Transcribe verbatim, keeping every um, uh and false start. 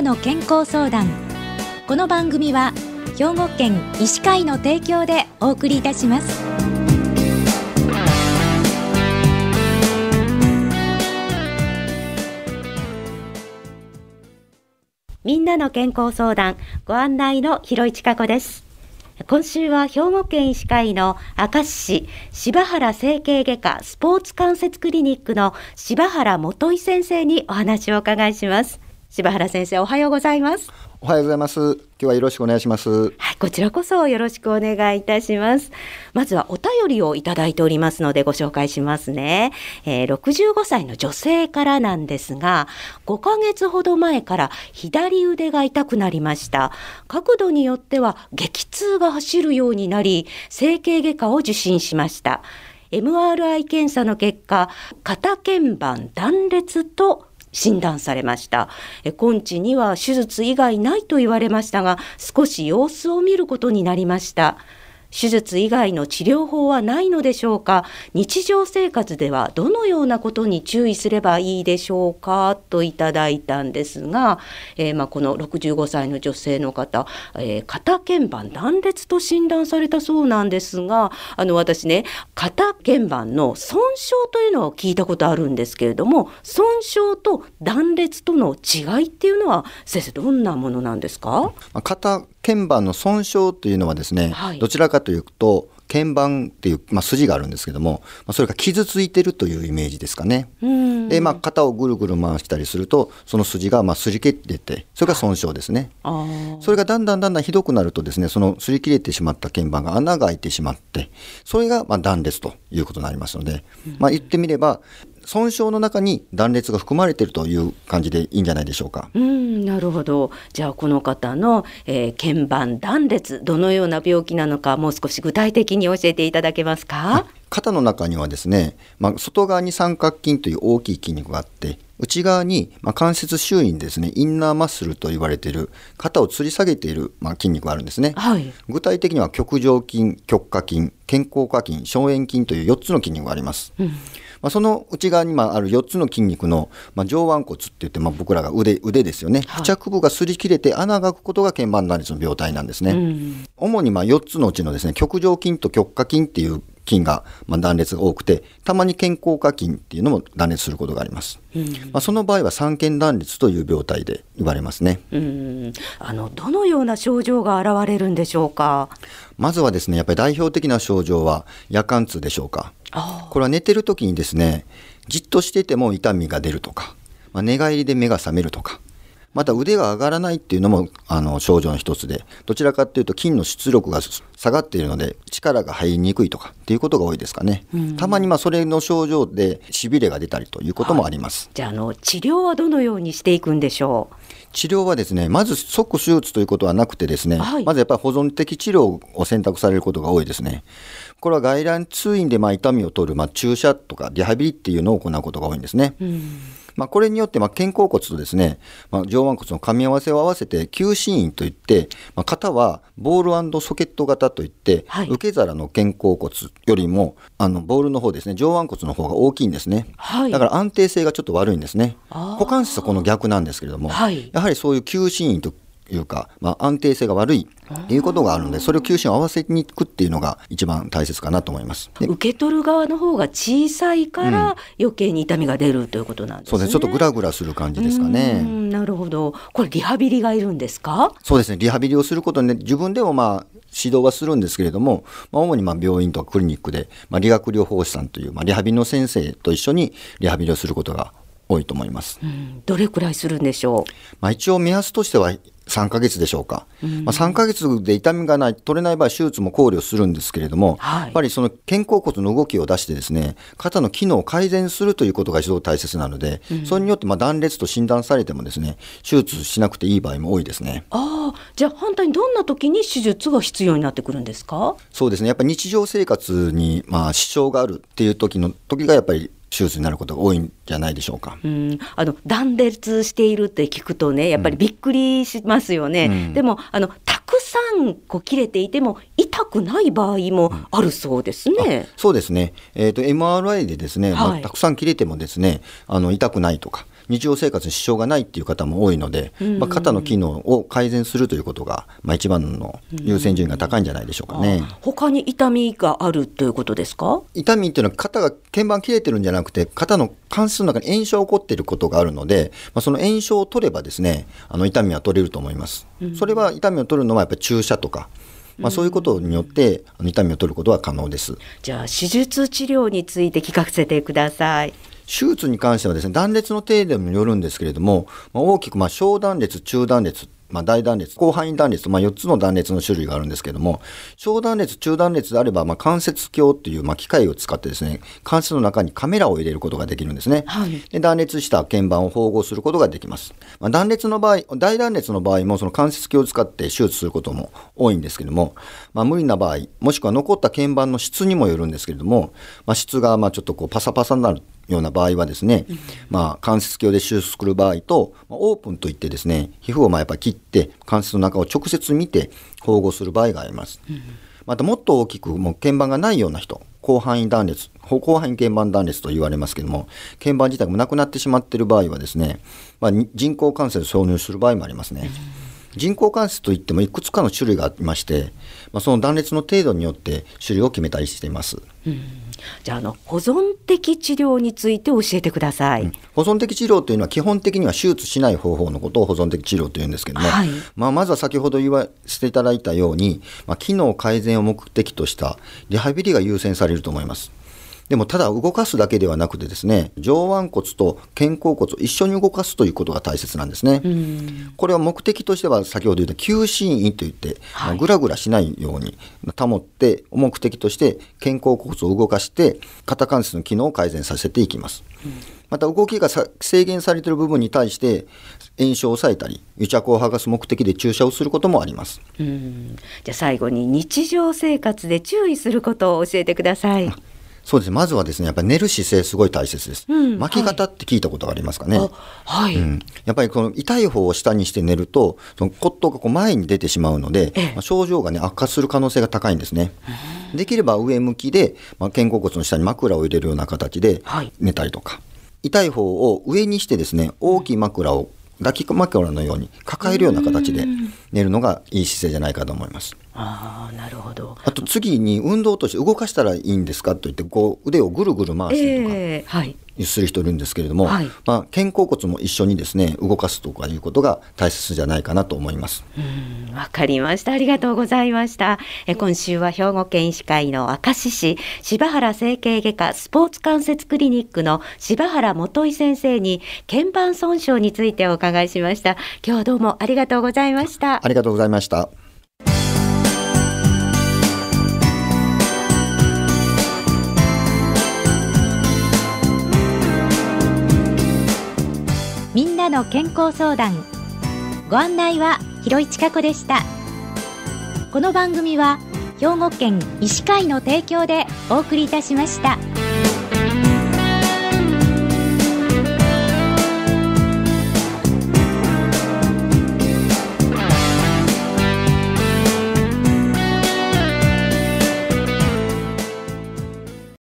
の健康相談。この番組は兵庫県医師会の提供でお送りいたします。 みんなの健康相談、ご案内の広市加子です。今週は兵庫県医師会の明石市柴原整形外科スポーツ関節クリニックの柴原元井先生にお話をお伺いします。柴原先生、おはようございます。 おはようございます。今日はよろしくお願いします。 はい、こちらこそよろしくお願いいたします。まずはお便りをいただいておりますのでご紹介しますね。えー、ろくじゅうごさいの女性からなんですが、ごかげつほど前から左腕が痛くなりました。角度によっては激痛が走るようになり、整形外科を受診しました。エムアールアイ 検査の結果、肩腱板断裂と診断されました。根治には手術以外ないと言われましたが、少し様子を見ることになりました。手術以外の治療法はないのでしょうか。日常生活ではどのようなことに注意すればいいでしょうか、といただいたんですが、えーまあ、このろくじゅうごさいの女性の方、えー、肩腱板断裂と診断されたそうなんですが、あの私ね、肩腱板の損傷というのを聞いたことあるんですけれども、損傷と断裂との違いっていうのは先生、どんなものなんですか？ 肩腱板の損傷というのはですね、はい、どちらかというと腱板っていう、まあ、筋があるんですけども、まあ、それが傷ついてるというイメージですかね。で、まあ、肩をぐるぐる回したりするとその筋がまあ擦り切れて、それが損傷ですね。あ、それがだんだんだんだんひどくなるとですね、その擦り切れてしまった腱板が穴が開いてしまって、それがまあ断裂ということになりますので、まあ、言ってみれば損傷の中に断裂が含まれているという感じでいいんじゃないでしょうか。 うん、なるほど。じゃあこの方の、えー、腱板断裂、どのような病気なのか、もう少し具体的に教えていただけますか？ 肩の中にはですね、まあ、外側に三角筋という大きい筋肉があって、内側に、まあ、関節周囲にですね、インナーマッスルと言われている肩を吊り下げている、まあ、筋肉があるんですね。はい、具体的には棘上筋、棘下筋、肩甲下筋、小円筋というよっつの筋肉があります。うん、まあ、その内側にまああるよっつの筋肉の、まあ、上腕骨って言って、まあ、僕らが 腕, 腕ですよね、はい、付着部が擦り切れて穴が開くことが腱板断裂の病態なんですね。うん、主にまあよっつのうちのですね、棘上筋と棘下筋っていう筋が、まあ、断裂が多くて、たまに肩甲下筋っていうのも断裂することがあります。うん、まあ、その場合は三腱断裂という病態で言われますね。 うん、あのどのような症状が現れるんでしょうか？ まずはですね、やっぱり代表的な症状は夜間痛でしょうか。これは寝てる時にですね、じっとしていても痛みが出るとか、まあ、寝返りで目が覚めるとか、また腕が上がらないっていうのもあの症状の一つで、どちらかというと筋の出力が下がっているので力が入りにくいとかっていうことが多いですかね。うん、たまにまあそれの症状でしびれが出たりということもあります。 はい、じゃあ、あの治療はどのようにしていくんでしょう？ 治療はですね、まず即手術ということはなくてですね、はい、まずやっぱり保存的治療を選択されることが多いですね。これは外来通院でまあ痛みを取る、まあ、注射とかリハビリっていうのを行うことが多いんですね。うん、まあ、これによってまあ肩甲骨とですね、まあ、上腕骨の噛み合わせを合わせて球心院といって、まあ、肩はボール&ソケット型といって、はい、受け皿の肩甲骨よりもあのボールの方ですね、上腕骨の方が大きいんですね。はい、だから安定性がちょっと悪いんですね。股関節はこの逆なんですけれども、はい、やはりそういう球心院というか、まあ、安定性が悪いということがあるので、それを球心を合わせにいくっていうのが一番大切かなと思います。 受け取る側の方が小さいから余計に痛みが出るということなんですね。 そうですね、ちょっとグラグラする感じですかね。 うん、なるほど。これリハビリがいるんですか？ そうですね、リハビリをすることで、ね、自分でもまあ指導はするんですけれども、まあ、主にまあ病院とかクリニックで、まあ、理学療法士さんという、まあ、リハビリの先生と一緒にリハビリをすることが多いと思います。 うん、どれくらいするんでしょう？ まあ、一応目安としてはさんかげつでしょうか。うん、まあ、さんかげつで痛みがない取れない場合手術も考慮するんですけれども、はい、やっぱりその肩甲骨の動きを出してですね、肩の機能を改善するということが非常に大切なので、うん、それによってまあ断裂と診断されてもですね、手術しなくていい場合も多いですね。 ああ、じゃあ反対にどんな時に手術が必要になってくるんですか？ そうですね、やっぱり日常生活にまあ支障があるっていう時の時がやっぱり手術になることが多いんじゃないでしょうか。 うん、あの断裂しているって聞くとね、やっぱりびっくりしますよね。うん、でもあのたくさんこう切れていても痛くない場合もあるそうですね。 うん、そうですね、えーと、エムアールアイ でですね、はい、まあ、たくさん切れてもですね、あの痛くないとか、 日常生活に支障がないっていう方も多いので、うんうん、まあ、肩の機能を改善するということが、まあ、一番の優先順位が高いんじゃないでしょうかね。うん、 他に痛みがあるということですか？ 痛みっていうのは肩が腱板切れてるんじゃなくて、肩の関節の中に炎症が起こっていることがあるので、まあ、その炎症を取ればですね、あの痛みは取れると思います。うん、それは痛みを取るのはやっぱり注射とか、まあ、そういうことによって痛みを取ることは可能です。 じゃあ手術治療について聞かせてください。 手術に関してはですね、断裂の程度によるんですけれども、まあ、大きくまあ小断裂、中断裂、まあ、大断裂、広範囲断裂と、まあ、よっつの断裂の種類があるんですけれども、小断裂、中断裂であれば、まあ、関節鏡という、まあ、機械を使ってですね、関節の中にカメラを入れることができるんですね。はい、で断裂した腱板を縫合することができます。まあ、断裂の場合、大断裂の場合もその関節鏡を使って手術することも多いんですけれども、まあ、無理な場合、もしくは残った腱板の質にもよるんですけれども、まあ、質がまあちょっとこうパサパサになるような場合はですね、うん、まあ、関節鏡で手術する場合と、まあ、オープンといってですね、皮膚をまあやっぱり切って関節の中を直接見て縫合する場合があります。うん、またもっと大きくもう腱板がないような人、広範囲断裂、広範囲腱板断裂と言われますけども、腱板自体もなくなってしまっている場合はですね、まあ、人工関節を挿入する場合もありますね。うん、人工関節といってもいくつかの種類がありまして、まあ、その断裂の程度によって種類を決めたりしています。 うん、じゃあ、あの保存的治療について教えてください。うん、 保存的治療というのは基本的には手術しない方法のことを保存的治療というんですけども、はい、まあ、まずは先ほど言わせていただいたように、まあ、機能改善を目的としたリハビリが優先されると思います。でもただ動かすだけではなくてですね、上腕骨と肩甲骨を一緒に動かすということが大切なんですね。うん、これは目的としては先ほど言った吸心位といって、はい、まあ、ぐらぐらしないように保って目的として肩甲骨を動かして肩関節の機能を改善させていきます。うん、また動きが制限されている部分に対して炎症を抑えたり癒着を剥がす目的で注射をすることもあります。 うん、じゃあ最後に日常生活で注意することを教えてください。 そうですね、まずはですね、やっぱり寝る姿勢すごい大切です。うん、巻き方って聞いたことがありますかね。はい、うん、やっぱりこの痛い方を下にして寝るとその骨頭がこう前に出てしまうので、まあ、症状が、ね、悪化する可能性が高いんですね。できれば上向きで、まあ、肩甲骨の下に枕を入れるような形で寝たりとか、はい、痛い方を上にしてですね、大きい枕を抱き枕のように抱えるような形で寝るのがいい姿勢じゃないかと思います。 ああ、なるほど。 あと次に運動として動かしたらいいんですかと言ってこう腕をぐるぐる回したりとか、えーはい、する人いるんですけれども、はい、まあ、肩甲骨も一緒にですね動かすとかいうことが大切じゃないかなと思います。 うん、わかりました。ありがとうございました。え今週は兵庫県医師会の明石市柴原整形外科スポーツ関節クリニックの柴原元井先生に腱板損傷についてお伺いしました。今日はどうもありがとうございました。 ありがとうございました。 みんなの健康相談、ご案内は広井千佳子でした。この番組は兵庫県医師会の提供でお送りいたしました。